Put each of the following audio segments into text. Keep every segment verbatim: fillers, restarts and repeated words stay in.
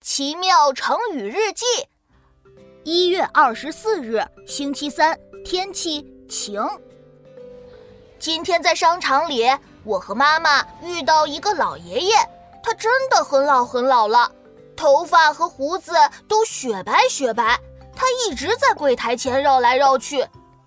奇妙成语日记。 一月二十四日，星期三，天气晴。 今天在商场里，我和妈妈遇到一个老爷爷，他真的很老很老了，头发和胡子都雪白雪白，他一直在柜台前绕来绕去。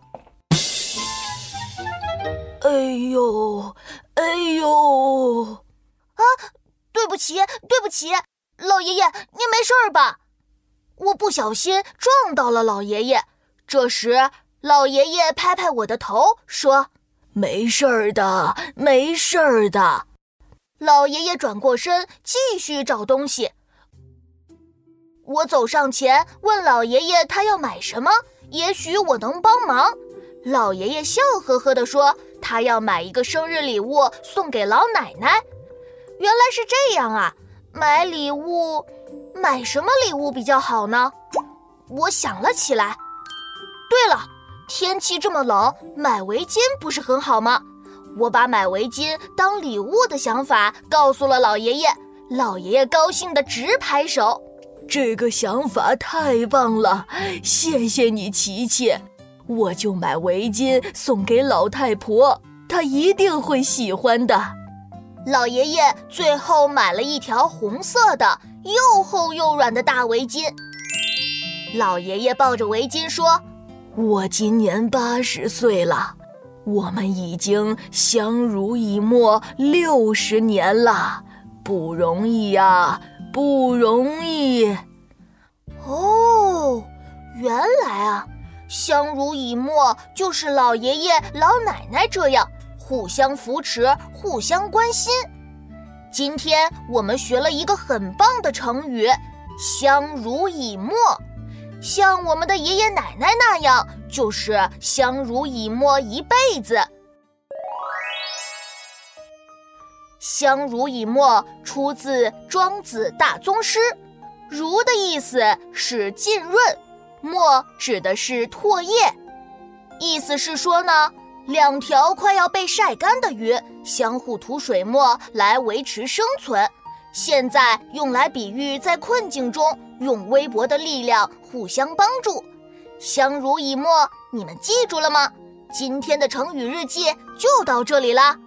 哎呦，哎呦！ 啊，对不起，对不起，老爷爷，您没事吧？我不小心撞到了老爷爷。这时，老爷爷拍拍我的头，说：“ 没事儿的，没事儿的。” 老爷爷转过身，继续找东西。我走上前问老爷爷他要买什么，也许我能帮忙。老爷爷笑呵呵地说，他要买一个生日礼物送给老奶奶。原来是这样啊，买礼物，买什么礼物比较好呢？我想了起来。对了，天气这么冷，买围巾不是很好吗？我把买围巾当礼物的想法告诉了老爷爷，老爷爷高兴地直拍手。 这个想法太棒了，谢谢你，琪琪。我就买围巾送给老太婆，她一定会喜欢的。 老爷爷最后买了一条红色的又厚又软的大围巾。老爷爷抱着围巾说， 我今年八十岁了，我们已经相濡以沫六十年了，不容易呀，不容易。 哦，原来啊，相濡以沫就是老爷爷老奶奶这样互相扶持，互相关心。今天我们学了一个很棒的成语，相濡以沫。像我们的爷爷奶奶那样，就是相濡以沫一辈子。相濡以沫出自《庄子·大宗师》，濡的意思是浸润，沫指的是唾液。意思是说呢，两条快要被晒干的鱼相互涂水沫来维持生存，现在用来比喻在困境中用微薄的力量互相帮助。相濡以沫，你们记住了吗？今天的成语日记就到这里啦。